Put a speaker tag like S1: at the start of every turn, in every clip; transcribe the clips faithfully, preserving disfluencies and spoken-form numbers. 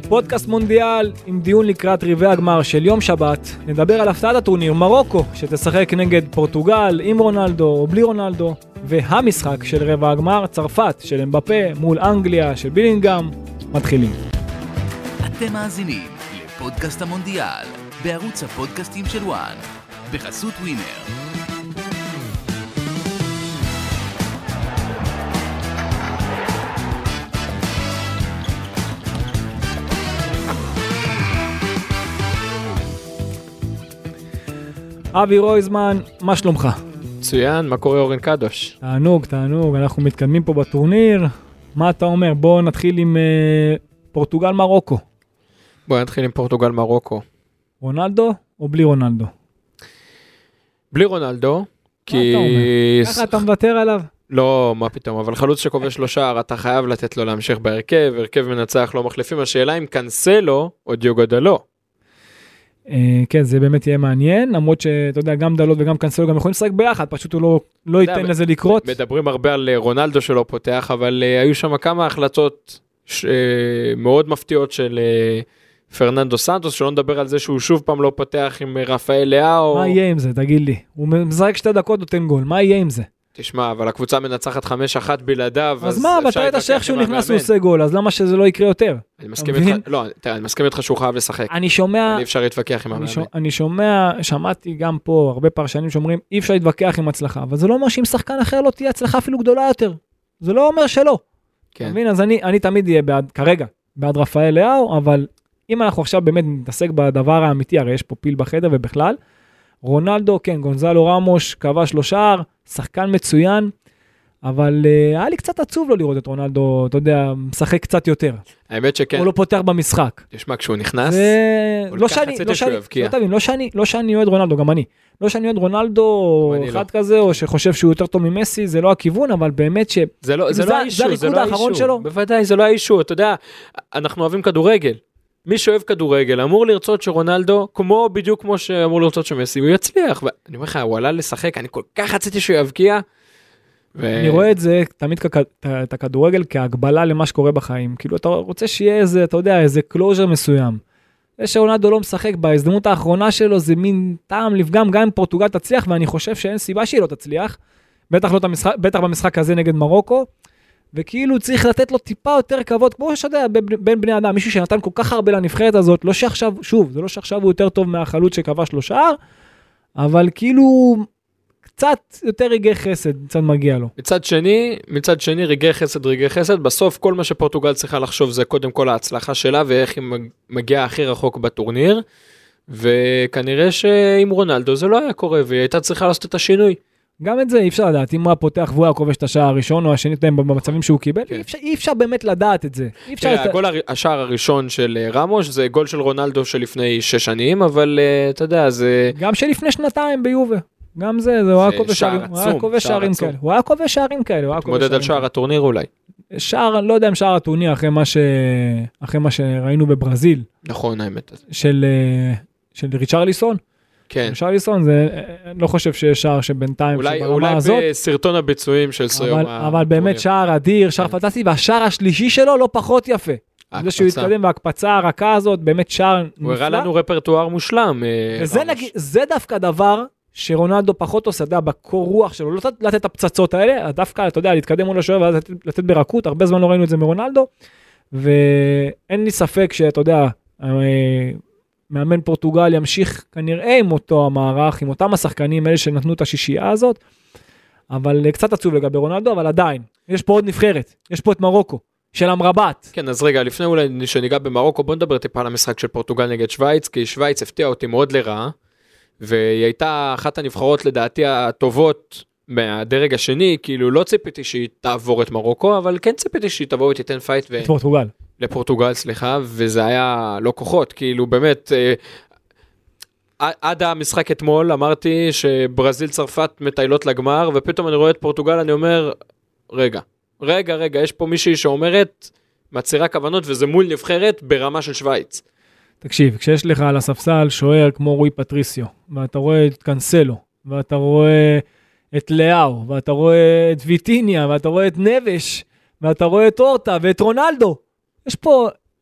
S1: פודקאסט מונדיאל עם דיון לקראת רבעי הגמר של יום שבת. נדבר על הפתעת הטורניר מרוקו שתשחק נגד פורטוגל עם רונלדו או בלי רונלדו, והמשחק של רבע הגמר צרפת של אמבפה מול אנגליה של בילינגהאם. מתחילים.
S2: אתם מאזינים לפודקאסט המונדיאל בערוץ הפודקאסטים של וואן בחסות ווינר.
S1: אבי רויזמן, מה שלומך?
S3: מצוין, מה קורה אורן קדוש?
S1: תענוג, תענוג, אנחנו מתקדמים פה בטורניר. מה אתה אומר? בואו נתחיל עם uh, פורטוגל מרוקו.
S3: בואו נתחיל עם פורטוגל מרוקו.
S1: רונלדו או בלי רונלדו?
S3: בלי רונלדו, כי...
S1: מה אתה אומר? ככה אתה מוותר עליו?
S3: לא, מה פתאום, אבל חלוץ שכובש לו שער, אתה חייב לתת לו להמשיך בהרכב, הרכב מנצח לא מחליפים, השאלה אם קנסלו או דיוגו דלו.
S1: כן, זה באמת יהיה מעניין, למרות שאתה יודע, גם דלות וגם קנסלו גם יכולים לשחק ביחד, פשוט הוא לא, לא ייתן לזה לקרות.
S3: מדברים הרבה על רונלדו שלא פותח, אבל uh, היו שם כמה החלטות ש... uh, מאוד מפתיעות של uh, פרננדו סנטוס, שלא נדבר על זה שהוא שוב פעם לא פותח עם רפאל לאו.
S1: מה יהיה עם זה, תגיד לי? הוא משחק שתי דקות נותן גול, מה יהיה עם זה? תשמע,
S3: אבל הקבוצה מנצחת חמש אחת בלעדיו,
S1: אז מה, אבל אתה שאיך שהוא נכנס הוא עושה גול, אז למה שזה לא יקרה יותר?
S3: אני מסכים איתך, לא, תראה, אני מסכים איתך שהוא חייב לשחק.
S1: אני שומע,
S3: אי אפשר להתווכח עם המאמן.
S1: אני שומע, שמעתי גם פה הרבה פרשנים שאומרים, אי אפשר להתווכח עם הצלחה, אבל זה לא אומר שאם שחקן אחר לא תהיה הצלחה אפילו גדולה יותר. זה לא אומר שלא. אתה מבין? אז אני, אני תמיד אהיה בעד, כרגע, בעד רפאל לאו, אבל אם אנחנו עכשיו באמת נתעסק בדבר האמיתי, הרי יש פה פיל בחדר ובכלל, רונלדו, כן, גונזלו רמוש, כבש לו שער, שחקן מצוין, אבל uh, היה לי קצת עצוב לא לראות את רונלדו, אתה יודע, משחק קצת יותר.
S3: האמת שכן.
S1: הוא לא פותח במשחק.
S3: תשמע, כשהוא נכנס,
S1: זה... לא שאני, לא שאני, לא תבין, לא שאני, לא שאני אוהד רונלדו, גם אני. לא שאני אוהד רונלדו, או אחד לא. כזה, או שחושב שהוא יותר טוב ממסי, זה לא הכיוון, אבל באמת ש...
S3: זה לא, זה, זה לא האישו,
S1: זה הריקוד האחרון שלו.
S3: בוודאי, זה לא האישו, אתה יודע, אנחנו אוהבים כדורגל. מי שאוהב כדורגל אמור לרצות שרונלדו, כמו בדיוק כמו שאמור לרצות שמסי, הוא יצליח. ואני אומר לך, הוא עלה לשחק, אני כל כך רציתי שהוא יבקיע. ו... אני
S1: רואה את זה, תמיד כ- את הכדורגל כהגבלה למה שקורה בחיים. כאילו אתה רוצה שיהיה איזה, אתה יודע, איזה קלוז'ר מסוים. זה שרונלדו לא משחק בהזדמנות האחרונה שלו, זה מין טעם לפגם, גם אם פורטוגל תצליח, ואני חושב שאין סיבה שהיא לא תצליח. בטח, לא תמשחק, בטח במשחק הזה נגד מרוקו. וכאילו צריך לתת לו טיפה יותר כבוד, כמו שאתה יודע, בין בני אדם, מישהו שנתן כל כך הרבה לנבחרת הזאת, לא שעכשיו, שוב, זה לא שעכשיו הוא יותר טוב מהחלוץ שכבש לו שער, אבל כאילו קצת יותר רגעי חסד, קצת מגיע לו.
S3: מצד שני, מצד שני, רגעי חסד, רגעי חסד, בסוף כל מה שפורטוגל צריכה לחשוב זה קודם כל ההצלחה שלה, ואיך היא מגיעה הכי רחוק בטורניר, וכנראה שעם רונלדו זה לא היה קורה, והיא הייתה צריכה לעשות את השינוי.
S1: גם את זה אי אפשר לדעת, אם הוא היה פותח והוא היה כובש את השער הראשון או השני במצבים שהוא קיבל, אי אפשר, אי אפשר באמת לדעת את זה.
S3: הגול, השער הראשון של רמוש זה גול של רונלדו שלפני שש שנים, אבל אתה יודע, זה...
S1: גם שלפני שנתיים ביובה, גם זה, זה הוא היה כובש שערים כאלה. הוא היה כובש שערים כאלה.
S3: מתמודד על שער הטורניר אולי.
S1: שער, לא יודע אם שער הטורניר אחרי מה ש... אחרי מה שראינו בברזיל.
S3: נכון, האמת.
S1: של, של ריצ'רליסון.
S3: כן.
S1: שרליסון, זה, לא חושב שיש שער שבינתיים
S3: אולי, אולי בסרטון הביצועים של סיום.
S1: אבל, אבל באמת שער אדיר, שער כן. פנטסטי, והשער השלישי שלו לא פחות יפה. זה שהוא התקדם בהקפצה הרכה הזאת, באמת שער נפלא.
S3: הוא הראה לנו רפרטואר מושלם.
S1: וזה נגיד, זה דווקא דבר שרונלדו פחות עושה, אתה יודע, בקור רוח שלו, לא לתת את הפצצות האלה, דווקא, אתה יודע, להתקדם מול השוער ולתת לתת ברכות, הרבה זמן לא ראינו את זה מרונלדו, ואין לי ספק שאתה יודע, מאמן פורטוגל ימשיך כנראה עם אותו המערך, עם אותם השחקנים האלה שנתנו את השישייה הזאת, אבל קצת עצוב לגבי רונלדו, אבל עדיין, יש פה עוד נבחרת, יש פה את מרוקו, של אמרבת.
S3: כן, אז רגע, לפני אולי שניגע במרוקו, בוא נדבר טיפה על המשחק של פורטוגל נגד שוויץ, כי שוויץ הפתיעה אותי מאוד לרעה, והיא הייתה אחת הנבחרות לדעתי הטובות מהדרג השני, כאילו לא ציפיתי שהיא תעבור את מרוקו, אבל כן ציפיתי שהיא תבוא ותיתן פייט. ו...
S1: את פורטוגל.
S3: לפורטוגל, סליחה, וזה היה לא כוחות, כאילו באמת, אה, עד המשחק אתמול אמרתי שברזיל צרפת מטיילות לגמר, ופתאום אני רואה את פורטוגל, אני אומר, רגע, רגע, רגע, יש פה מישהי שאומרת, מצהירה כוונות, וזה מול נבחרת ברמה של שוויץ.
S1: תקשיב, כשיש לך על הספסל שוער כמו רוי פטריסיו, ואתה רואה את קנסלו, ואתה רואה את לאו, ואתה רואה את ויטיניה, ואתה רואה את נבש, ואתה רואה את אורטה, ואת רונלדו, יש פה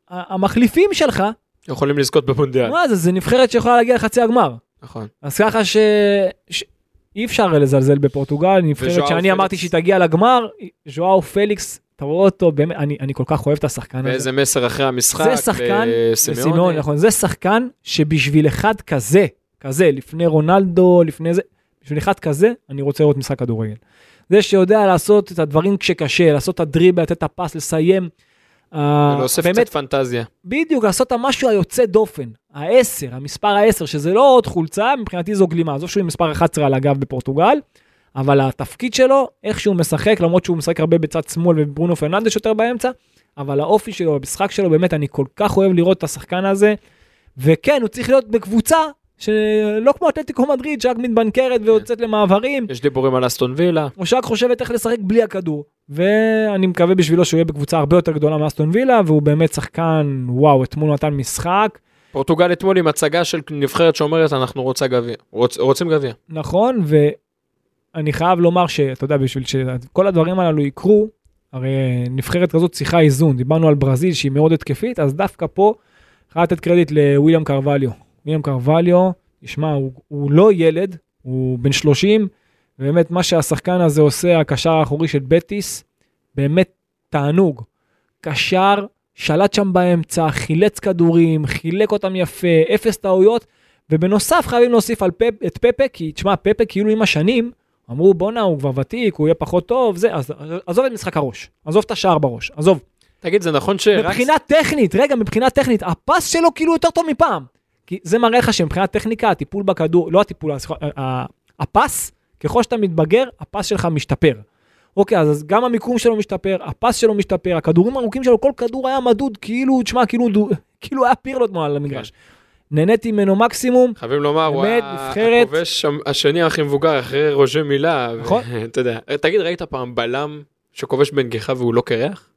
S1: המחליפים שלך,
S3: יכולים לזכות במונדיאל.
S1: מה זה, זה נבחרת שיכולה להגיע לחצי הגמר.
S3: נכון.
S1: אז ככה ש... ש... אי אפשר לזלזל בפורטוגל, נבחרת שאני אמרתי שהיא תגיע לגמר, ז'ואאו פליקס, תראו אותו, באמת, אני, אני כל כך אוהב את השחקן הזה.
S3: ואיזה מסר אחרי המשחק,
S1: זה שחקן, לסימון, נכון, זה שחקן שבשביל אחד כזה, כזה, לפני רונלדו, לפני זה, בשביל אחד כזה, אני רוצה לראות משחק כדורגל. זה שיודע לעשות את הדברים כשקשה, לעשות את הדריבל, לתת את הפס, לסיים.
S3: ולהוסיף באמת, קצת פנטזיה.
S1: בדיוק, לעשות את המשהו היוצא דופן, העשר, המספר העשר, שזה לא עוד חולצה, מבחינתי זו גלימה, עזוב שהוא עם מספר אחת עשרה על הגב בפורטוגל, אבל התפקיד שלו, איך שהוא משחק, למרות שהוא משחק הרבה בצד שמאל וברונו פרננדש יותר באמצע, אבל האופי שלו, המשחק שלו, באמת אני כל כך אוהב לראות את השחקן הזה, וכן, הוא צריך להיות בקבוצה, שלא כמו אתלטיקו מדריד, שרק מתבנקרת ויוצאת למעברים.
S3: יש דיבורים על אסטון וילה.
S1: או שרק חושבת איך לשחק בלי הכדור. ואני מקווה בשבילו שהוא יהיה בקבוצה הרבה יותר גדולה מאסטון וילה, והוא באמת שחקן, וואו, אתמול נתן משחק.
S3: פורטוגל אתמול עם הצגה של נבחרת שאומרת, אנחנו רוצה גביע, רוצ, רוצים גביע.
S1: נכון, ואני חייב לומר שאתה יודע, בשביל שכל הדברים הללו יקרו, הרי נבחרת כזאת צריכה איזון. דיברנו על ברזיל שהיא מאוד התקפית, אז דווקא פה חייב לתת קרדיט לוויליאם קרווליו. וויליאם קרווליו, תשמע, הוא, הוא לא ילד, הוא בן שלושים, ובאמת מה שהשחקן הזה עושה, הקשר האחורי של בטיס, באמת תענוג. קשר, שלט שם באמצע, חילץ כדורים, חילק אותם יפה, אפס טעויות, ובנוסף חייבים להוסיף על פפ, את פפה, כי תשמע, פפה כאילו עם השנים, אמרו בונה, הוא כבר ותיק, הוא יהיה פחות טוב, זה, אז עזוב את משחק הראש, עזוב את השער בראש, עזוב.
S3: תגיד, זה נכון שרק...
S1: מבחינה טכנית, רגע, מבחינה טכנית, הפס שלו כאילו יותר טוב מפעם. כי זה מראה לך שמבחינת טכניקה, הטיפול בכדור, לא הטיפול, הפס, ככל שאתה מתבגר, הפס שלך משתפר. אוקיי, אז גם המיקום שלו משתפר, הפס שלו משתפר, הכדורים הארוכים שלו, כל כדור היה מדוד, כאילו, תשמע, כאילו, כאילו היה פירלוט מועל על המגרש. נהניתי ממנו מקסימום.
S3: חייבים לומר, הוא היה הכובש השני הכי מבוגר, אחרי רוז'ה מילה.
S1: נכון.
S3: אתה יודע, תגיד, ראית פעם בלם שכובש בנגיחה והוא לא קרח?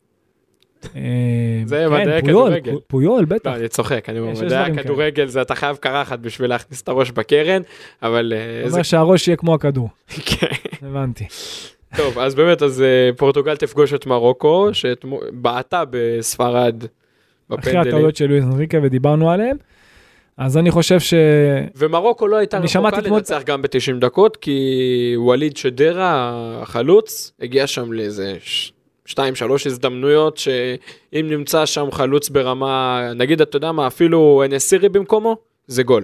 S3: זה מדעי הכדורגל.
S1: פויול, בטח.
S3: לא, אני צוחק, אני אומר, מדעי הכדורגל זה אתה חייב קרחת בשביל להכניס את הראש בקרן, אבל...
S1: אומר שהראש יהיה כמו הכדור.
S3: כן.
S1: הבנתי.
S3: טוב, אז באמת, אז פורטוגל תפגוש את מרוקו, שבעטה בספרד בפנדלים.
S1: אחרי הטעויות של לואיס אנריקה ודיברנו עליהם, אז אני חושב ש...
S3: ומרוקו לא הייתה רחוקה לנצח גם ב-תשעים דקות, כי ווליד שדרה, החלוץ, הגיע שם לאיזה... שתיים, שלוש הזדמנויות, שאם נמצא שם חלוץ ברמה, נגיד, אתה יודע מה, אפילו נסירי במקומו, זה גול.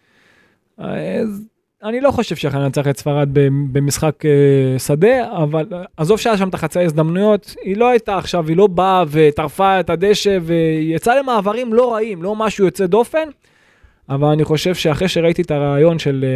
S1: אני לא חושב שיכול לנצח את ספרד במשחק שדה, אבל עזוב שהיה שם את החצי הזדמנויות, היא לא הייתה עכשיו, היא לא באה וטרפה את הדשא, ויצאה למעברים לא רעים, לא משהו יוצא דופן, אבל אני חושב שאחרי שראיתי את הרעיון של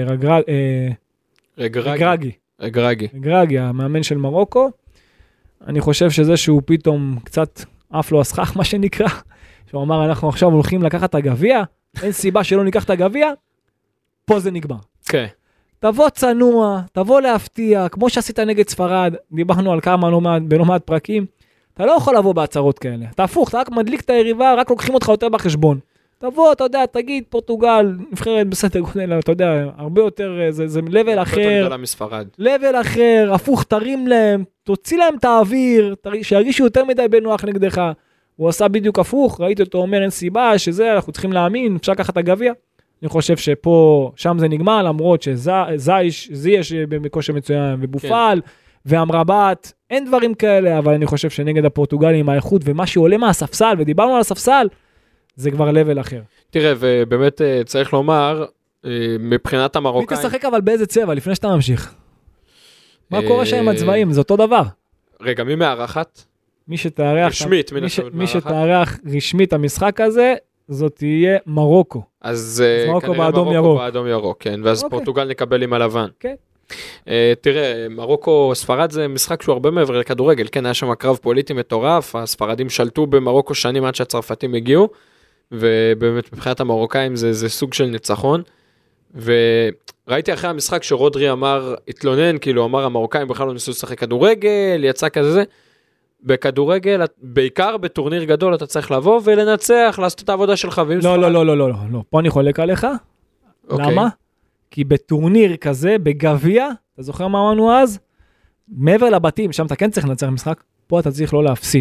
S1: רגרגי,
S3: רגרגי,
S1: רגרגי, המאמן של מרוקו, אני חושב שזה שהוא פתאום קצת אף לא הסכך, מה שנקרא, שהוא אמר, אנחנו עכשיו הולכים לקחת את הגביע, אין סיבה שלא ניקח את הגביע, פה זה נגמר.
S3: כן.
S1: תבוא צנוע, תבוא להפתיע, כמו שעשית נגד ספרד, דיברנו על כמה בלא מעט פרקים, אתה לא יכול לבוא בהצהרות כאלה. אתה הפוך, אתה רק מדליק את היריבה, רק לוקחים אותך יותר בחשבון. תבוא, אתה יודע, תגיד, פורטוגל, נבחרת בסדר גודל, אתה יודע, הרבה יותר, זה, זה לבל אחר, לבל אחר, הפוך, תרים להם, תוציא להם את האוויר, שירגישו יותר מדי בנוח נגדך. הוא עשה בדיוק הפוך, ראיתי אותו אומר, אין סיבה, שזה, אנחנו צריכים להאמין, אפשר לקחת את הגביע. אני חושב שפה, שם זה נגמר, למרות שזייש, זייש בכושר מצוין, ובופל, ואמרבת, אין דברים כאלה, אבל אני חושב שנגד הפורטוגלים, האיכות, ומה שעולה מהספסל, ודיברנו על הספסל, זה כבר לבל אחר.
S3: תראה, ובאמת צריך לומר, מבחינת המרוקאים...
S1: מי תשחק אבל באיזה צבע, לפני שאתה ממשיך? מה קורה שם עם הצבעים? זה אותו דבר.
S3: רגע, מי מארחת?
S1: מי שתארח...
S3: רשמית,
S1: מי שתארח רשמית המשחק הזה, זאת תהיה מרוקו.
S3: אז כנראה מרוקו באדום ירוק, כן, ואז פורטוגל נקבל עם הלבן.
S1: כן.
S3: תראה, מרוקו, ספרד זה משחק שהוא הרבה מעבר לכדורגל, כן, היה שם קרב פוליטי מטורף, הספרדים שלטו במרוקו שנים עד שהצרפתים הגיעו, ובאמת מבחינת המרוקאים זה, זה סוג של ניצחון, וראיתי אחרי המשחק שרודרי אמר, התלונן, כאילו אמר המרוקאים בכלל לא ניסו לשחק כדורגל, יצא כזה, בכדורגל, בעיקר בטורניר גדול אתה צריך לבוא ולנצח, לעשות את העבודה שלך.
S1: לא, לא, לא, לא, לא, לא, פה אני חולק עליך, למה? כי בטורניר כזה, בגביע, אתה זוכר מה אמרנו אז? מעבר לבתים, שם אתה כן צריך לנצח משחק, פה אתה צריך לא להפסיד.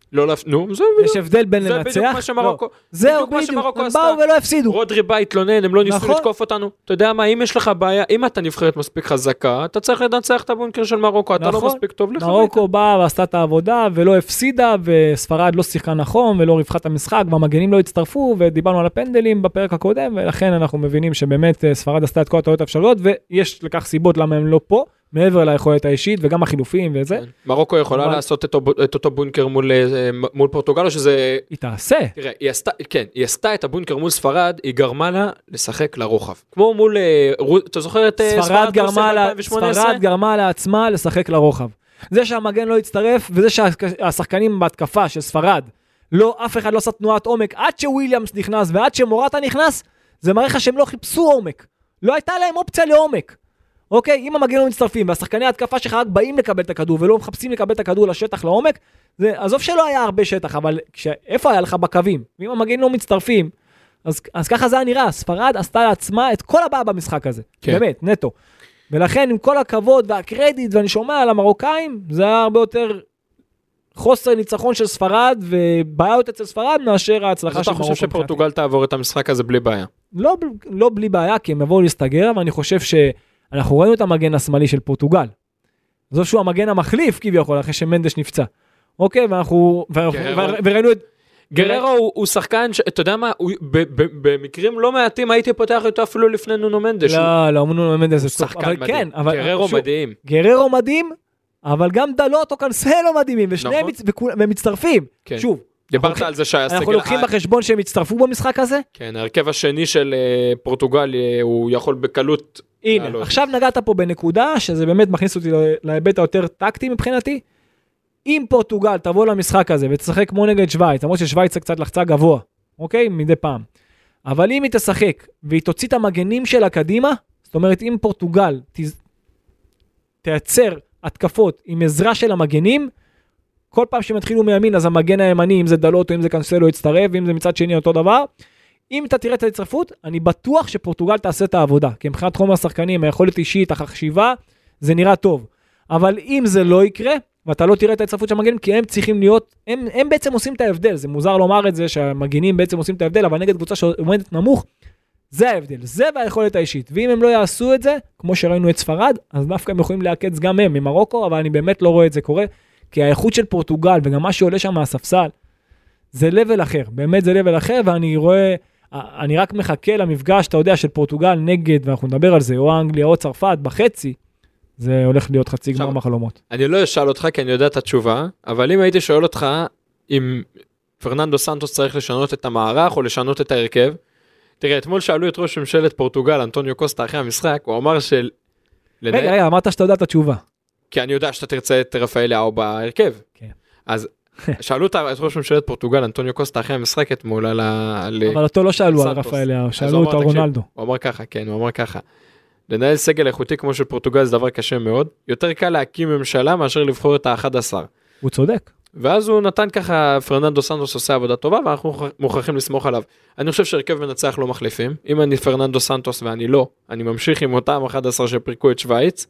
S3: לא, נו, זה
S1: יש הבדל בין
S3: זה
S1: לנצח.
S3: בדיוק מה שמרוקו,
S1: זהו,
S3: בדיוק מה
S1: בדיוק,
S3: שמרוקו
S1: הם
S3: עשתה.
S1: באו ולא הפסידו.
S3: רודרי בא התלונן, הם לא ניסו
S1: נכון.
S3: לתקוף אותנו. אתה יודע מה, אם יש לך בעיה, אם אתה נבחרת מספיק חזקה, אתה צריך לנצח את הבונקר של מרוקו, אתה לא
S1: נכון.
S3: מספיק טוב לך.
S1: מרוקו באה ועשתה את העבודה ולא הפסידה, וספרד לא שיחקה נכון ולא רווחת המשחק, והמגנים לא הצטרפו, ודיברנו על הפנדלים בפרק הקודם, ולכן אנחנו מבינים שבאמת ספרד עשתה את כל הטעויות האפשריות, ויש לכך סיבות למה הם לא פה, מעבר ליכולת האישית וגם החילופים וזה.
S3: מרוקו יכולה לעשות את אותו בונקר מול פורטוגל, או שזה...
S1: היא תעשה.
S3: תראה, היא עשתה, כן, היא עשתה את הבונקר מול ספרד, היא גרמה לה לשחק לרוחב. כמו מול, אתה זוכר את
S1: ספרד גרמה לה, ספרד גרמה לעצמה לשחק לרוחב. זה שהמגן לא יצטרף, וזה שהשחקנים בהתקפה של ספרד, לא, אף אחד לא עשה תנועת עומק, עד שוויליאמס נכנס ועד שמורטה נכנס, זה מראה לך שהם לא חיפשו עומק. לא הייתה להם אופציה לעומק. אוקיי, אם המגנים לא מצטרפים, והשחקני ההתקפה שלך רק באים לקבל את הכדור, ולא מחפשים לקבל את הכדור לשטח לעומק, זה, עזוב שלא היה הרבה שטח, אבל איפה היה לך בקווים? ואם המגנים לא מצטרפים, אז, אז ככה זה היה נראה, ספרד עשתה לעצמה את כל הבאה במשחק הזה. כן. באמת, נטו. ולכן עם כל הכבוד והקרדיט, ואני שומע על המרוקאים, זה היה הרבה יותר חוסר ניצחון של ספרד, ובעיות אצל ספרד, מאשר ההצלחה של
S3: מרוקו. אתה חושב שפורטוגל תעבור את המשחק הזה בלי בעיה?
S1: לא, לא בלי בעיה, כי הם יבואו להסתגר, ואני חושב שאנחנו ראינו את המגן השמאלי של פורטוגל. זו שהוא המגן המחליף, כביכול, אחרי שמנדש נפצע. אוקיי, ואנחנו, וראינו את...
S3: גררו הוא שחקן, אתה יודע מה, במקרים לא מעטים הייתי פותח אותו אפילו לפני נונו מנדש.
S1: לא, לא, נונו מנדש
S3: הוא שחקן מדהים. גררו מדהים.
S1: גררו מדהים, אבל גם דלות או קנסלו מדהימים, ושניהם מצטרפים. שוב.
S3: דיברת על זה שהסגל...
S1: אנחנו לוקחים בחשבון שהם הצטרפו במשחק הזה?
S3: כן, הרכב השני של פורטוגל הוא יכול בקלות...
S1: הנה, עכשיו נגעת פה בנקודה, שזה באמת מכניס אותי להיבט היותר טקטי מבחינתי. אם פורטוגל תבוא למשחק הזה ותשחק כמו נגד שוויץ, למרות ששוויץ קצת לחצה גבוה, אוקיי? מדי פעם. אבל אם היא תשחק והיא תוציא את המגנים שלה קדימה, זאת אומרת, אם פורטוגל תייצר התקפות עם עזרה של המגנים, כל פעם שהם התחילו מימין, אז המגן הימני, אם זה דלות או אם זה קנסלו, יצטרף, ואם זה מצד שני אותו דבר. אם אתה תראה את ההצטרפות, אני בטוח שפורטוגל תעשה את העבודה, כי מבחינת חומר השחקנים, היכולת אישית, החשיבה, זה נראה טוב. אבל אם זה לא יקרה, ואתה לא תראה את ההצטרפות של המגנים, כי הם צריכים להיות, הם, הם בעצם עושים את ההבדל, זה מוזר לומר את זה, שהמגנים בעצם עושים את ההבדל, אבל נגד קבוצה שעומדת נמוך, זה ההבדל, זה והיכולת האישית. ואם הם לא יעשו את זה, כמו שראינו את ספרד, אז דווקא הם יכולים להקץ גם הם, ממרוקו, אבל אני באמת לא רואה את זה קורה, כי האיכות של פורטוגל, וגם מה שעולה שם מהספסל, זה לבל אחר, באמת זה לבל אחר, ואני רואה, אני רק מחכה למפגש, אתה יודע, של פורטוגל נגד, ואנחנו נדבר על זה, או אנגליה או צרפת, בחצי, זה הולך להיות חצי גמר מחלומות.
S3: אני לא אשאל אותך, כי אני יודע את התשובה, אבל אם הייתי שואל אותך, אם פרננדו סנטוס צריך לשנות את המערך, או לשנות את ההרכב, תראה, אתמול שאלו את ראש ממשלת פורטוגל, אנטוניו קוסטה, אחרי המשחק, הוא אמר של...
S1: רגע, רגע, אמרת שאתה יודע את התשובה.
S3: כי אני יודע שאתה תרצה את רפאל לאו בהרכב.
S1: כן.
S3: אז שאלו את ראש ממשלת פורטוגל, אנטוניו קוסטה, אחרי המשחק אתמול, על ה...
S1: אבל אותו לא שאלו על רפאל לאו, שאלו אותו על רונלדו.
S3: הוא אמר ככה, כן, הוא אמר ככה. לנהל סגל איכותי כמו של פורטוגל זה דבר קשה מאוד, יותר קל להקים ממשלה מאשר לבחור את ה-אחד עשר.
S1: הוא צודק.
S3: ואז הוא נתן ככה, פרננדו סנטוס עושה עבודה טובה, ואנחנו מוכרחים לסמוך עליו. אני חושב שהרכב מנצח לא מחליפים, אם אני פרננדו סנטוס ואני לא, אני ממשיך עם אותם אחד עשר שפרקו את שוויץ.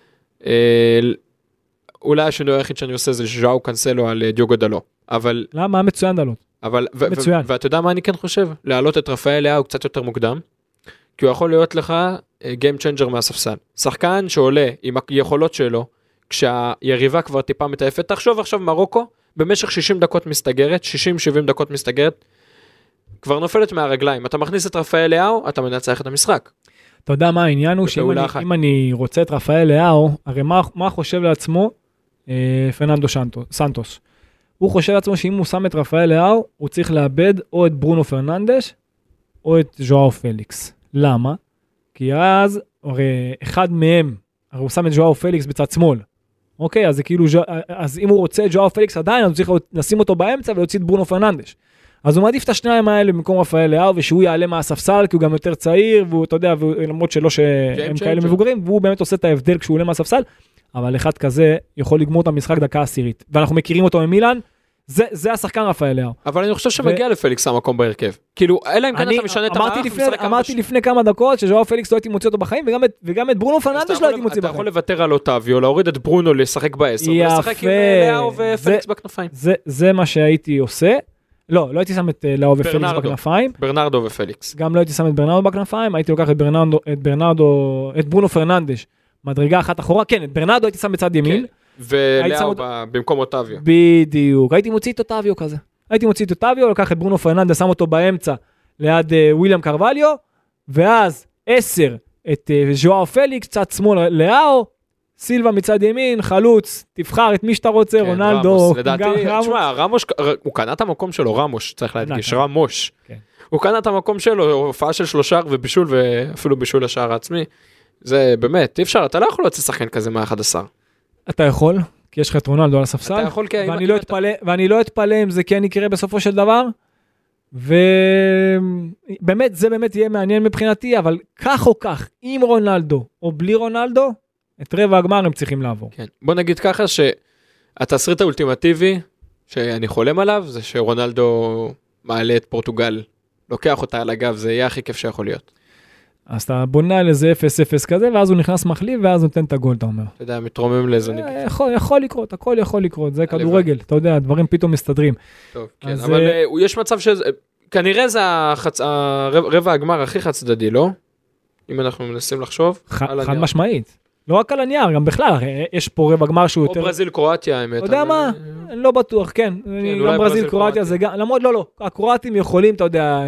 S3: אולי השינוי היחיד שאני עושה זה ז'או קנסלו על דיוגו דלו, אבל...
S1: למה? מצוין דלות.
S3: אבל, ואתה יודע מה אני כן חושב? להעלות את רפאל לאו קצת יותר מוקדם, כי הוא יכול להיות לך גיים צ'יינג'ר מהספסל. שחקן שעולה עם היכולות שלו, כשהיריבה כבר טיפה מטייפת, תחשוב עכשיו מרוקו, במשך שישים דקות מסתגרת, שישים שבעים דקות מסתגרת, כבר נופלת מהרגליים. אתה מכניס את רפאל לאו, אתה מנצח את המשחק.
S1: אתה יודע מה העניין הוא, שאם אני, אם אני רוצה את רפאל לאו, הרי מה, מה חושב לעצמו אה, פרננדו סנטוס? הוא חושב לעצמו שאם הוא שם את רפאל לאו, הוא צריך לאבד או את ברונו פרננדש, או את ז'ואאו פליקס. למה? כי אז, הרי אחד מהם, הרי הוא שם את ז'ואאו פליקס בצד שמאל. אוקיי, אז זה כאילו, אז אם הוא רוצה את ז'ואאו פליקס עדיין, אז הוא צריך לשים אותו באמצע ולהוציא את ברונו פרננדש. אז הוא מעדיף את השניים האלה במקום רפאל לאו, ושהוא יעלה מהספסל, כי הוא גם יותר צעיר, והוא, אתה יודע, למרות שלא שהם כאלה מבוגרים, והוא באמת עושה את ההבדל כשהוא עולה מהספסל, אבל אחד כזה יכול לגמור את המשחק דקה עשירית. ואנחנו מכירים אותו ממילן, זה, זה השחקן רפאל לאו.
S3: אבל אני חושב שמגיע לפליקס המקום בהרכב. כאילו, אלא אם כן אתה משנה את המערך,
S1: אמרתי לפני כמה דקות שז'ואר פליקס לא הייתי מוציא אותו בחיים, וגם את, וגם את ברונו פרננדש לא הייתי מוציא בחיים.
S3: אתה יכול לוותר על אוטביו, להוריד את ברונו לשחק בעשר, ולשחק עם לאו ופליקס בכנפיים.
S1: זה, זה מה שהייתי עושה. לא, לא הייתי שם את לאו ופליקס בכנפיים.
S3: ברנרדו ופליקס.
S1: גם לא הייתי שם את ברנרדו בכנפיים, הייתי לוקח את ברנרדו, את ברנרדו, את ברונו פרננדש, מדרגה אחת אחורה. כן, את ברנרדו הייתי שם בצד ימין.
S3: ולאו במקום אוטביו.
S1: בדיוק, הייתי מוציא את אוטביו כזה. הייתי מוציא את אוטביו, לקח את ברונו פרננדס, שם אותו באמצע, ליד וויליאם קרווליו, ואז עשר, את ז'ואר פליקס, צד שמאל לאו, סילבה מצד ימין, חלוץ, תבחר את מי שאתה רוצה, רונלדו.
S3: לדעתי, תשמע, רמוש, הוא קנה את המקום שלו, רמוש, צריך להדגיש, רמוש. הוא קנה את המקום שלו, הופעה של שלושה ובישול, ואפילו בישול לשער העצמי. זה באמת, אי אפשר, אתה לא יכול להוציא שחקן כזה מה-אחד עשר.
S1: אתה יכול, כי יש לך את רונלדו על הספסל,
S3: אתה יכול, כי
S1: ואני, לא אתפלא, ואני לא אתפלא אם זה כן יקרה בסופו של דבר, ובאמת, זה באמת יהיה מעניין מבחינתי, אבל כך או כך, עם רונלדו או בלי רונלדו, את רבע הגמר הם צריכים לעבור.
S3: כן. בוא נגיד ככה שהתסריט האולטימטיבי שאני חולם עליו, זה שרונלדו מעלה את פורטוגל, לוקח אותה על הגב, זה יהיה הכי כיף שיכול להיות.
S1: אז אתה בונה על איזה אפס אפס כזה, ואז הוא נכנס מחליף, ואז נותן את הגול, אתה אומר.
S3: אתה יודע, מתרומם לאיזה נגיד.
S1: יכול, יכול לקרות, הכל יכול לקרות, זה כדורגל, אתה יודע, הדברים פתאום מסתדרים.
S3: טוב, כן, אבל יש מצב שזה, כנראה זה הרבע הגמר הכי חד צדדי, לא? אם אנחנו מנסים לחשוב.
S1: חד משמעית. לא רק על הנייר, גם בכלל, יש פה רבע גמר שהוא יותר...
S3: או ברזיל קרואטיה, האמת.
S1: אתה יודע מה? אני לא בטוח, כן. גם ברזיל קרואטיה זה גם, למרות לא, לא. הקרואטים יכולים, אתה יודע,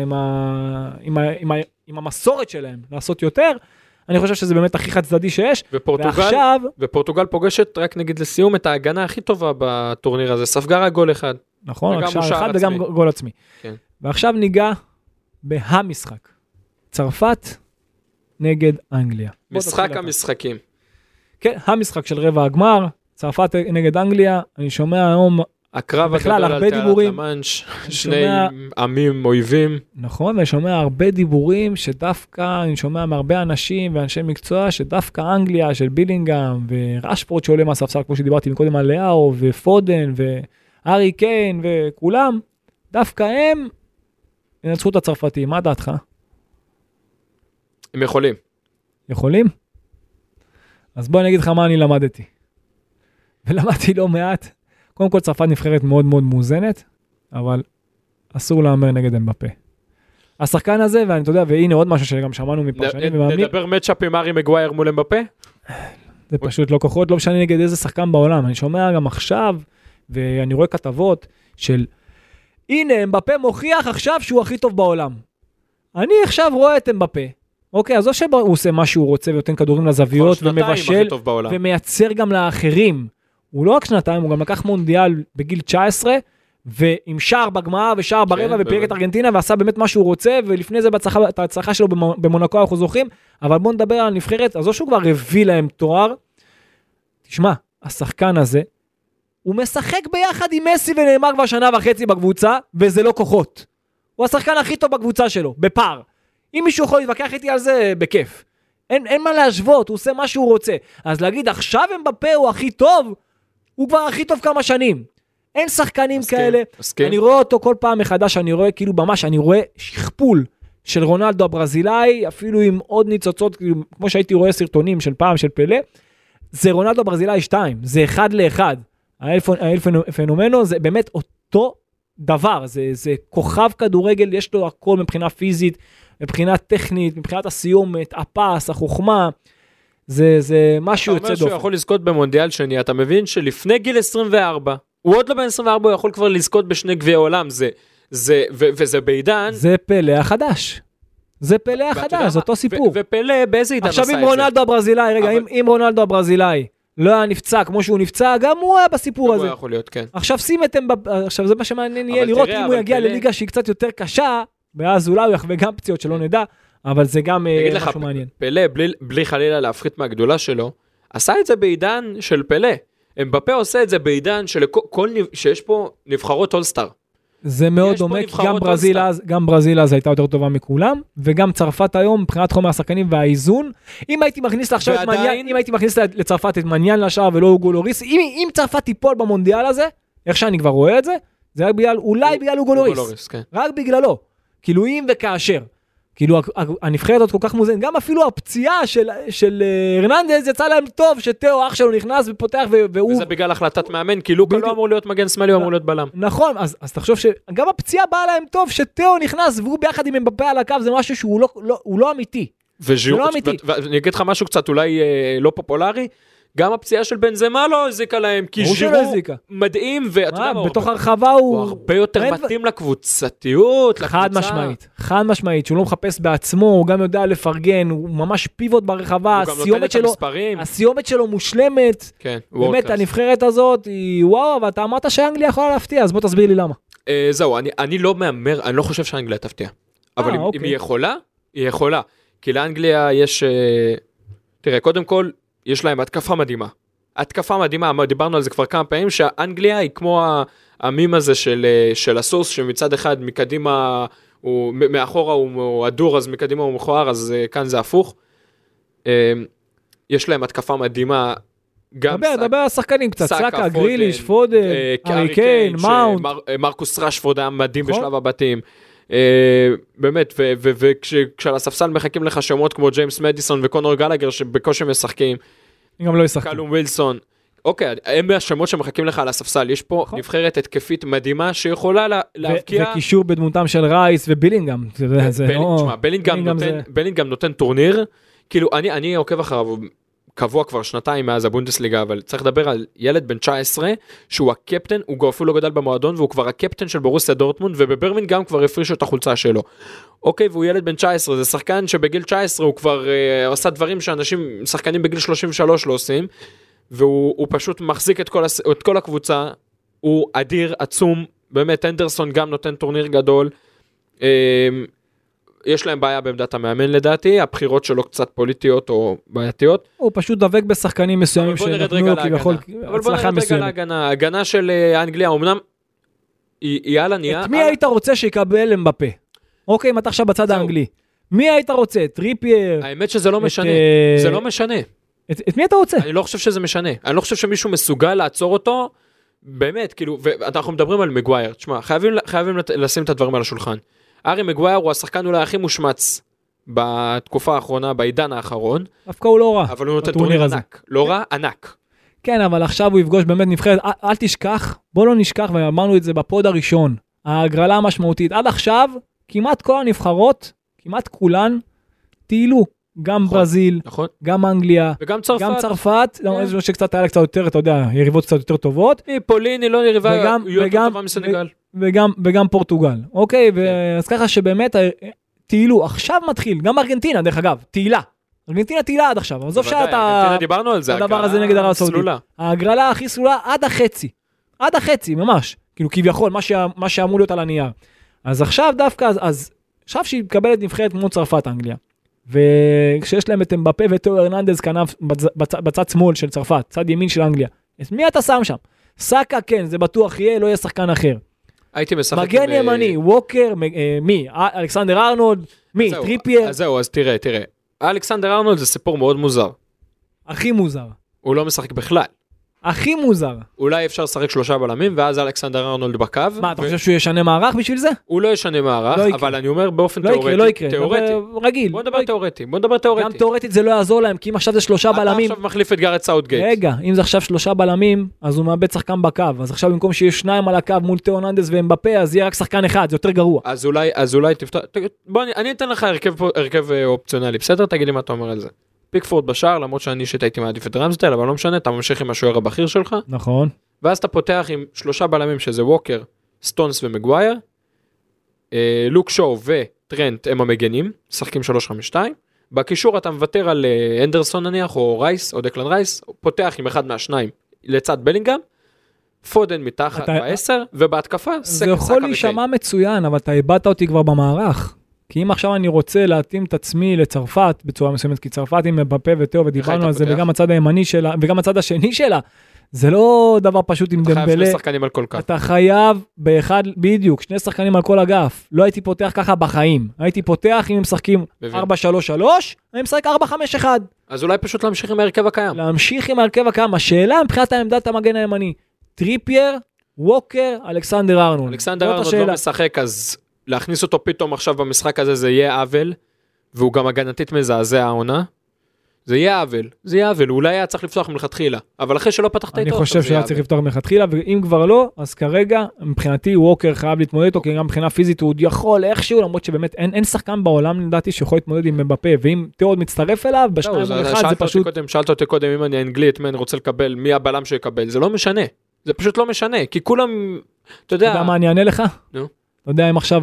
S1: עם המסורת שלהם לעשות יותר. אני חושב שזה באמת הכי חד צדדי שיש. ועכשיו...
S3: ופורטוגל פוגשת, רק נגיד לסיום, את ההגנה הכי טובה בטורניר הזה. ספגה רק גול אחד.
S1: נכון, רק שער אחד וגם גול עצמי. ועכשיו ניגע בהמשחק. צרפת נגד אנגליה.
S3: משחק המשחקים.
S1: כן, המשחק של רבע הגמר, צרפת נגד אנגליה, אני שומע היום
S3: הקרב הגדול על תעלת למאנש, שני עמים אויבים.
S1: נכון, ואני שומע הרבה דיבורים שדווקא, אני שומע מהרבה אנשים ואנשי מקצוע, שדווקא אנגליה של בילינגהם ורשפורד שעולה מהספסל, כמו שדיברתי מקודם על לאו ופודן וארי קיין וכולם, דווקא הם ינצחו את הצרפתים. מה דעתך?
S3: הם יכולים.
S1: יכולים? אז בוא אני אגיד לך מה אני למדתי. ולמדתי לא מעט. קודם כל צרפת נבחרת מאוד מאוד מאוזנת, אבל אסור לאמר נגד אמבפה. השחקן הזה, ואני אתה יודע, והנה עוד משהו שגם שמענו מפרשנים ומאמנים.
S3: נדבר מצ'אפ עם ארי מגווייר מול אמבפה?
S1: זה פשוט לא כוחות, לא משנה נגד איזה שחקן בעולם. אני שומע גם עכשיו, ואני רואה כתבות של, הנה אמבפה מוכיח עכשיו שהוא הכי טוב בעולם. אני עכשיו רואה את אמבפה. אוקיי, אז או שהוא עושה מה שהוא רוצה ונותן כדורים לזוויות ומבשל ומייצר גם לאחרים. הוא לא רק שנתיים, הוא גם לקח מונדיאל בגיל תשע עשרה, ועם שער בגמר ושער ברבע ופירק את ארגנטינה, ועשה באמת מה שהוא רוצה, ולפני זה את ההצלחה שלו במונקו אנחנו זוכים, אבל בואו נדבר על הנבחרת, אז או שהוא כבר הביא להם תואר, תשמע, השחקן הזה, הוא משחק ביחד עם מסי ונאמר כבר שנה וחצי בקבוצה, וזה לא כוחות. הוא השחקן הכי טוב בקבוצה שלו, בפער. אם מישהו יכול להתווכח איתי על זה, בכיף. אין, אין מה להשוות, הוא עושה מה שהוא רוצה. אז להגיד, עכשיו אמבפה הוא הכי טוב, הוא כבר הכי טוב כמה שנים. אין שחקנים מסכים, כאלה. מסכים. אני רואה אותו כל פעם מחדש, אני רואה כאילו ממש, אני רואה שכפול של רונלדו הברזילאי, אפילו עם עוד ניצוצות, כמו שהייתי רואה סרטונים של פעם של פלא, זה רונלדו הברזילאי שתיים, זה אחד לאחד. הפנומנו זה באמת אותו דבר, זה, זה כוכב כדורגל, יש לו הכל מבחינה פיזית, מבחינה טכנית, מבחינת הסיומת, הפס, החוכמה, זה, זה משהו יוצא דופן.
S3: אתה אומר שהוא יכול לזכות במונדיאל שני, אתה מבין שלפני גיל עשרים וארבע, הוא עוד לא בן עשרים וארבע, הוא יכול כבר לזכות בשני גביעי עולם, זה, זה, ו, וזה בעידן.
S1: זה פלא החדש. זה פלא החדש, זה אותו סיפור.
S3: ופלא באיזה עידן עשה את זה?
S1: עכשיו אם רונלדו הברזילאי, רגע, אבל... אם רונלדו הברזילאי לא היה נפצע כמו שהוא נפצע, גם הוא היה בסיפור הזה.
S3: הוא יכול להיות, כן.
S1: עכשיו שים את אמבפה, עכשיו זה מה שמעניין יהיה לראות אם הוא יגיע לליגה שהיא קצת יותר קשה, ואז אולי הוא יחווה גם פציעות שלא נדע, אבל זה גם משהו מעניין.
S3: פלא, בלי, בלי חלילה להפחית מהגדולה שלו, עשה את זה בעידן של פלא. אמבפה עושה את זה בעידן של כל, שיש פה נבחרות אולסטאר.
S1: זה מאוד דומה, גם ברזיל אז, גם ברזיל אז הייתה יותר טובה מכולם, וגם צרפת היום, מבחינת חומר השחקנים והאיזון, אם הייתי מכניס עכשיו את מניאן, אם הייתי מכניס לצרפת את מניאן לשער ולא אוגו לוריס, אם, אם צרפת תיפול במונדיאל הזה, איך שאני כבר רואה את זה, זה רק בגלל, אולי בגלל אוגו לוריס.
S3: כן.
S1: רק בגללו. כאילו אם וכאשר. כאילו הנבחרת הזאת כל כך מוזנת, גם אפילו הפציעה של, של הרננדז יצא להם טוב, שתאו אח שלו נכנס ופותח והוא...
S3: וזה בגלל החלטת מאמן, כי לוקה לא אמור להיות מגן שמאלי, הוא אמור להיות בלם.
S1: נכון, אז, אז תחשוב שגם הפציעה באה להם טוב, שתאו נכנס והוא ביחד עם מבפה על הקו, זה משהו שהוא לא, לא, הוא לא אמיתי.
S3: וז'ירו, לא אמיתי. ואני אגיד לך משהו קצת אולי אה, לא פופולרי, גם הפציעה של בנזמה לא הזיקה להם, כי ז'ירו מדהים, ואתה יודע,
S1: בתוך הרחבה הוא...
S3: הוא הרבה יותר מתאים לקבוצתיות,
S1: חד משמעית, חד משמעית, שהוא לא מחפש בעצמו, הוא גם יודע לפרגן, הוא ממש פיבוט ברחבה, הסיומת שלו, הסיומת שלו מושלמת, באמת הנבחרת הזאת היא וואו, ואתה אמרת שאנגליה יכולה להפתיע, אז בוא תסביר לי למה.
S3: זהו, אני לא מאמר, אני לא חושב שאנגליה תפתיע, אבל אם היא יכולה, היא יכולה, כי לאנגליה יש, תראה, קודם כל, יש להם התקפה מדהימה. התקפה מדהימה, דיברנו על זה כבר כמה פעמים, שהאנגליה היא כמו המים הזה של, של הסוס, שמצד אחד מקדימה, הוא, מאחורה הוא אדור, אז מקדימה הוא מכוער, אז כאן זה הפוך. יש להם התקפה מדהימה, גם
S1: דבר, דבר על שחקנים קצת, סאקה, גריליש, פודן, הארי קיין, מאונט.
S3: מרקוס רשפורד היה מדהים בשלב הבתים. באמת, וכשעל הספסל מחכים לך שמות כמו ג'יימס מדיסון וקונור גלגר שבקושי משחקים,
S1: גם לא ישחקים.
S3: קלום ווילסון, אוקיי, הם השמות שמחכים לך על הספסל, יש פה נבחרת התקפית מדהימה שיכולה להבקיע.
S1: וקישור בדמותם של רייס ובילינגהם.
S3: בילינגהם נותן טורניר, כאילו אני עוקב אחריו, קבוע כבר שנתיים מאז הבונדסליגה, אבל צריך לדבר על ילד בן תשע עשרה, שהוא הקפטן, הוא אפילו לא גדל במועדון, והוא כבר הקפטן של בורוסיה דורטמונד, ובברמינגהם כבר הפרישו את החולצה שלו. אוקיי, והוא ילד בן תשע עשרה, זה שחקן שבגיל תשע עשרה הוא כבר אה, עשה דברים שאנשים, שחקנים בגיל שלושים ושלוש לא עושים, והוא פשוט מחזיק את כל, את כל הקבוצה, הוא אדיר, עצום, באמת, אנדרסון גם נותן טורניר גדול, אה, יש להם בעיה בעמדת המאמן לדעתי, הבחירות שלו קצת פוליטיות או בעייתיות.
S1: הוא פשוט דבק בשחקנים מסוימים שנתנו כביכול הצלחה מסוימת.
S3: ההגנה של אנגליה, אמנם היא על הנייר.
S1: את מי היית רוצה שיקבל אמבפה? אוקיי, אם אתה עכשיו בצד האנגלי. מי היית רוצה? טריפייר?
S3: האמת שזה לא משנה, זה לא משנה.
S1: את מי אתה רוצה?
S3: אני לא חושב שזה משנה. אני לא חושב שמישהו מסוגל לעצור אותו, באמת, כאילו, ואנחנו מדברים על מגווייר. תשמע, חייבים לשים את הדברים על השולחן. ארי מגווייר הוא השחקן אולי הכי מושמץ בתקופה האחרונה, בעידן האחרון.
S1: דווקא הוא לא רע.
S3: אבל הוא נותן טורניר ענק. לא רע, ענק.
S1: כן, אבל עכשיו הוא יפגוש באמת נבחרת. אל, אל תשכח, בוא לא נשכח, ואמרנו את זה בפוד הראשון. ההגרלה המשמעותית. עד עכשיו, כמעט כל הנבחרות, כמעט כולן, טיילו. גם נכון, ברזיל, נכון. גם אנגליה,
S3: וגם צרפת.
S1: גם צרפת, למרות yeah. שקצת היה קצת יותר, אתה יודע, יריבות קצת יותר טובות.
S3: היא פולין, היא לא יריבה
S1: וגם,
S3: יותר
S1: וגם,
S3: טובה מסנגל.
S1: וגם, וגם פורטוגל, אוקיי?
S3: Yeah.
S1: אז ככה שבאמת, טיילו, עכשיו מתחיל, גם ארגנטינה, דרך אגב, טילה. ארגנטינה טילה עד עכשיו, עזוב שאתה...
S3: ארגנטינה דיברנו על זה,
S1: הדבר הזה נגד ערב הסעודית. ההגרלה הכי סלולה עד החצי. עד החצי, ממש. כאילו, כביכול, מה, שה, מה שאמור להיות על הנייר. אז עכשיו דווקא, אז, אז עכשיו שהיא מקבלת נבחרת כמו צרפת, אנגליה. וכשיש להם את אמבפה ותאו הרננדז כנף בצד, בצד שמאל של צרפת, צד ימין של אנגליה. אז מי אתה שם שם? סאקה, כן, זה בטוח יהיה, לא יהיה שחקן אחר.
S3: הייתי משחק
S1: מגן עם... ימני, ווקר, מי? אלכסנדר ארנולד, מי?
S3: אז
S1: טריפייר.
S3: אז זהו, אז תראה, תראה. אלכסנדר ארנולד זה סיפור מאוד מוזר.
S1: הכי מוזר.
S3: הוא לא משחק בכלל.
S1: הכי מוזר.
S3: אולי אפשר לשחק שלושה בלמים, ואז אלכסנדר ארנולד בקו.
S1: מה, אתה חושב שהוא ישנה מערך בשביל זה?
S3: הוא לא ישנה מערך, אבל אני אומר באופן
S1: תיאורטי. לא יקרה, לא יקרה. רגיל.
S3: בוא נדבר תיאורטי, בוא נדבר תיאורטי.
S1: גם תיאורטית זה לא יעזור להם, כי אם עכשיו זה שלושה בלמים...
S3: אתה עכשיו מחליף את גארט סאוטגייט.
S1: רגע, אם זה עכשיו שלושה בלמים, אז הוא מאבד שחקן בקו. אז עכשיו במקום שיש שניים על הקו מול תאו הרננדז ואמבפה, אז יהיה רק שחקן אחד, זה יותר גרוע.
S3: אז אולי, אז אולי תפתח... בוא, אני אתן לך הרכב, הרכב אופציונלי. בסדר? תגיד לי מה אתה אומר על זה. פיקפורד בשער, למרות שאני שהייתי מעדיף את רמסדל, אבל לא משנה, אתה ממשיך עם השוער הבכיר שלך.
S1: נכון.
S3: ואז אתה פותח עם שלושה בלמים שזה ווקר, סטונס ומגווייר, אה, לוק שואו וטרנט הם המגנים, שחקים שלוש חמש שתיים, בקישור אתה מוותר על אה, אנדרסון נניח, או רייס, או דקלן רייס, פותח עם אחד מהשניים לצד בלינגהם, פודן מתחת אתה... בעשר, ובהתקפה סקה
S1: זה יכול להישמע מצוין, אבל אתה איבדת אותי כבר במערך. כי אם עכשיו אני רוצה להתאים את עצמי לצרפת בצורה מסוימת, כי צרפת עם מבפה ותאו, ודיברנו על זה, וגם הצד הימני שלה, וגם הצד השני שלה, זה לא דבר פשוט עם דמבלה. אתה חייב
S3: שני שחקנים על כל קו.
S1: אתה חייב באחד, בדיוק, שני שחקנים על כל אגף. לא הייתי פותח ככה בחיים. הייתי פותח אם הם משחקים ארבע שלוש שלוש, אני משחק ארבע חמש אחת.
S3: אז אולי פשוט להמשיך עם ההרכב הקיים.
S1: להמשיך עם ההרכב הקיים. השאלה מבחינת העמדת המגן הימני, טריפייר, ווקר, אלכסנדר ארנולד.
S3: אלכסנדר ארנולד לא משחק, אז להכניס אותו פתאום עכשיו במשחק הזה, זה יהיה עוול, והוא גם הגנתית מזעזע העונה. זה יהיה עוול, זה יהיה עוול, אולי היה צריך לפתוח מלכתחילה, אבל אחרי שלא פתחת איתו,
S1: אני חושב שהיה צריך לפתוח מלכתחילה, ואם כבר לא, אז כרגע, מבחינתי, ווקר חייב להתמודד איתו, כי גם מבחינה פיזית הוא יכול איכשהו, למרות שבאמת אין, אין שחקן בעולם, לדעתי, שיכול להתמודד עם מבפה, ואם תיאוד מצטרף אליו, בשניים או אחד, זה פשוט...
S3: שאלת אותי קודם, אם אני אנגלית, מה אני רוצה לקבל, מי הבלם שיקבל, זה לא משנה, זה פשוט לא משנה, כי כולם, אתה יודע...
S1: אתה יודע מה אני אענה לך?
S3: נו.
S1: אתה יודע, אם עכשיו,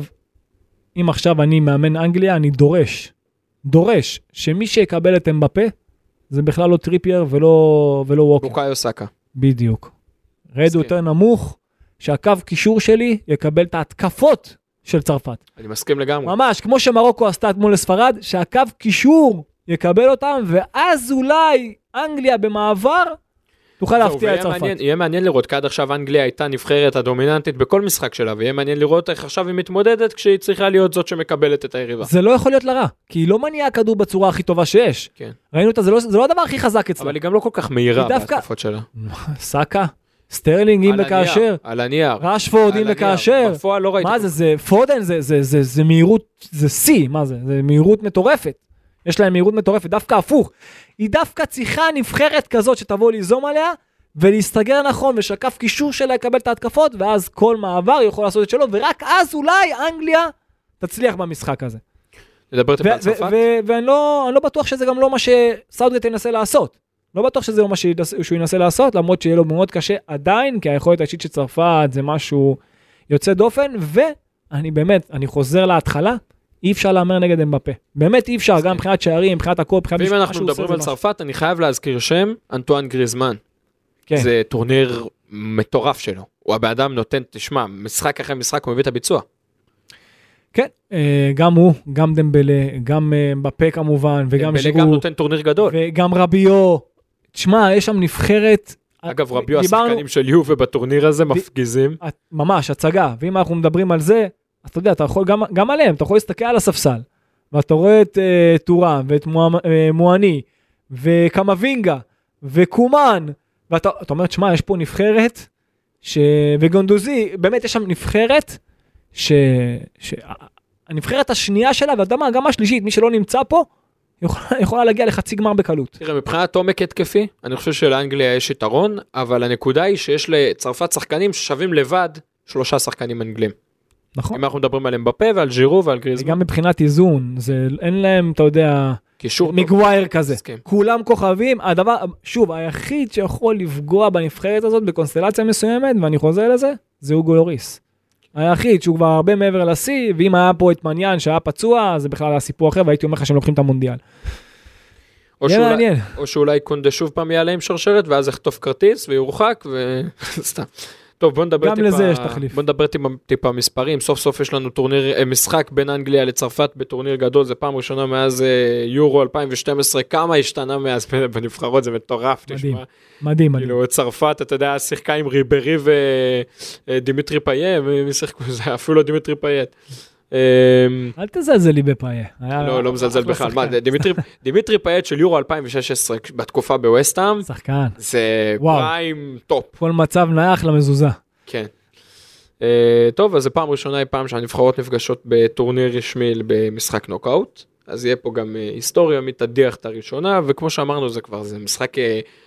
S1: אם עכשיו אני מאמן אנגליה, אני דורש, דורש שמי שיקבל את אמבפה, זה בכלל לא טריפייר ולא, ולא ווקר.
S3: בוקאיו סאקה.
S1: בדיוק. רד יותר נמוך, שהקו קישור שלי יקבל את ההתקפות של צרפת.
S3: אני מסכים לגמרי.
S1: ממש, כמו שמרוקו עשתה מול לספרד, שהקו קישור יקבל אותם, ואז אולי אנגליה במעבר, תוכל להפתיע את צרפת.
S3: מעניין, יהיה מעניין לראות, כי עד עכשיו אנגליה הייתה נבחרת הדומיננטית בכל משחק שלה, ויהיה מעניין לראות איך עכשיו היא מתמודדת, כשהיא צריכה להיות זאת שמקבלת את היריבה.
S1: זה לא יכול להיות לרע, כי היא לא מניעה כדור בצורה הכי טובה שיש.
S3: כן.
S1: ראינו אותה, זה לא, זה לא הדבר הכי חזק אצלה.
S3: אבל היא גם לא כל כך מהירה
S1: דווקא...
S3: בהתקפות שלה.
S1: סאקה, סטרלינג אם וכאשר.
S3: על הנייר.
S1: רשפורד אם וכאשר.
S3: בפועל לא ראיתי.
S1: מה זה, זה פודן, זה, זה, זה, זה מהירות, זה סי, מה זה? זה מהירות מטורפת. יש להם מהירות מטורפת, דווקא הפוך. היא דווקא צריכה נבחרת כזאת שתבוא ליזום עליה, ולהסתגר נכון, ושקף קישור שלה יקבל את ההתקפות, ואז כל מעבר יכול לעשות את שלו, ורק אז אולי אנגליה תצליח במשחק הזה.
S3: נדבר טיפה על צרפת?
S1: ואני לא בטוח שזה גם לא מה שסאוטגייט ינסה לעשות. לא בטוח שזה לא מה שהוא ינסה לעשות, למרות שיהיה לו מאוד קשה עדיין, כי היכולת האישית של צרפת זה משהו יוצא דופן, ואני באמת, אני חוזר להתחלה, אי אפשר לאמר נגד אמבפה. באמת אי אפשר, גם מבחינת שערים, מבחינת הכל, מבחינת
S3: ואם אנחנו מדברים על צרפת, אני חייב להזכיר שם, אנטואן גריזמן.
S1: כן.
S3: זה טורניר מטורף שלו. הוא הבאדם נותן, תשמע, משחק אחרי משחק הוא מביא את הביצוע.
S1: כן, גם הוא, גם דמבלה, גם אמבפה כמובן, וגם
S3: דמבלה גם נותן טורניר גדול.
S1: וגם רביו. תשמע, יש שם נבחרת...
S3: אגב, רביו השחקנים של יובה בטורניר הזה מפגיזים.
S1: ממש, הצגה. ואם אנחנו מדברים על זה, אז אתה יודע, אתה יכול גם, גם עליהם, אתה יכול להסתכל על הספסל, ואתה רואה את uh, טורם, ואת מואני, וקמבינגה, וקומן, ואתה אתה אומר, תשמע, יש פה נבחרת, ש... וגונדוזי, באמת יש שם נבחרת, ש... ש... הנבחרת השנייה שלה, ואתה מה, גם השלישית, מי שלא נמצא פה, יכולה, יכולה להגיע לחצי גמר בקלות.
S3: תראה, מבחינת עומק התקפי, אני חושב שלאנגליה יש יתרון, אבל הנקודה היא שיש לצרפת שחקנים ששווים לבד שלושה שחקנים אנגלים.
S1: נכון.
S3: אם אנחנו מדברים על אמבפה ועל ז'ירו ועל גריזמן.
S1: גם מבחינת איזון, זה, אין להם, אתה יודע, מגווייר כזה. הסכם. כולם כוכבים, הדבר, שוב, היחיד שיכול לפגוע בנבחרת הזאת בקונסטלציה מסוימת, ואני חוזר לזה, זה אוגו לוריס. היחיד שהוא כבר הרבה מעבר לשיא, ואם היה פה את מניאן שהיה פצוע, זה בכלל היה סיפור אחר, והייתי אומר לך שהם לוקחים את המונדיאל.
S3: או שאולי, או שאולי קונדה שוב פעם יעלה עם שרשרת, ואז יחטוף כרטיס ויורחק, וסתם. טוב, בוא נדבר
S1: גם
S3: טיפה,
S1: לזה יש תחליף.
S3: בוא נדבר טיפה, טיפה מספרים. סוף סוף יש לנו טורניר, משחק בין אנגליה לצרפת בטורניר גדול, זה פעם ראשונה מאז יורו אלפיים ושתים עשרה, כמה השתנה מאז בנבחרות, זה מטורף,
S1: מדהים,
S3: תשמע.
S1: מדהים, מדהים.
S3: כאילו, צרפת, אתה יודע, שיחקה עם ריברי ודימיטרי פאיה, אפילו לא דימיטרי פאיית.
S1: אל תזלזל לי בפאיה.
S3: לא, לא מזלזל בכלל. דימיטרי פאיית של יורו אלפיים ושש עשרה בתקופה בווסטהאם,
S1: שחקן.
S3: זה פריים טופ.
S1: כל מצב נייח למזוזה.
S3: כן. טוב, אז זה פעם ראשונה, פעם שהנבחרות נפגשות בטורניר רשמי במשחק נוקאוט, אז יהיה פה גם היסטוריה מתדיח את הראשונה, וכמו שאמרנו זה כבר, זה משחק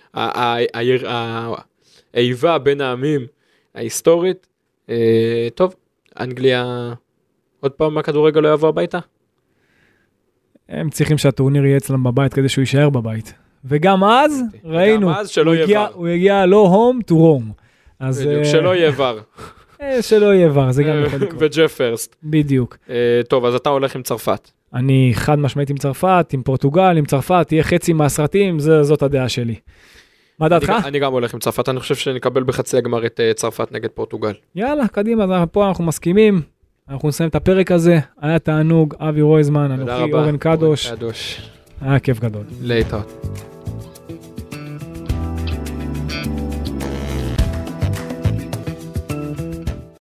S3: האיבה בין העמים ההיסטורית. טוב, אנגליה... עוד פעם הכדורגל לא יבוא הביתה?
S1: הם צריכים שהטורניר יהיה אצלם בבית כדי שהוא יישאר בבית. וגם אז, ראינו,
S3: גם אז שלא יהיה ור.
S1: הוא הגיע לא home to Rome.
S3: בדיוק, שלא יהיה ור.
S1: שלא יהיה ור, זה גם יכול לקרות.
S3: וג'ף פרסט.
S1: בדיוק.
S3: טוב, אז אתה הולך עם צרפת.
S1: אני חד משמעית עם צרפת, עם פורטוגל, עם צרפת, תהיה חצי מהסרטים, זאת הדעה שלי. מה דעתך?
S3: אני גם הולך עם צרפת, אני חושב שנקבל בחצי הגמר את צרפת נגד פורטוגל.
S1: יאללה, קדימה, פה אנחנו מסכימים. אנחנו נסיים את הפרק הזה, היה תענוג, אבי רויזמן, אנוכי אורן קדוש, היה כיף גדול.
S3: להתראות.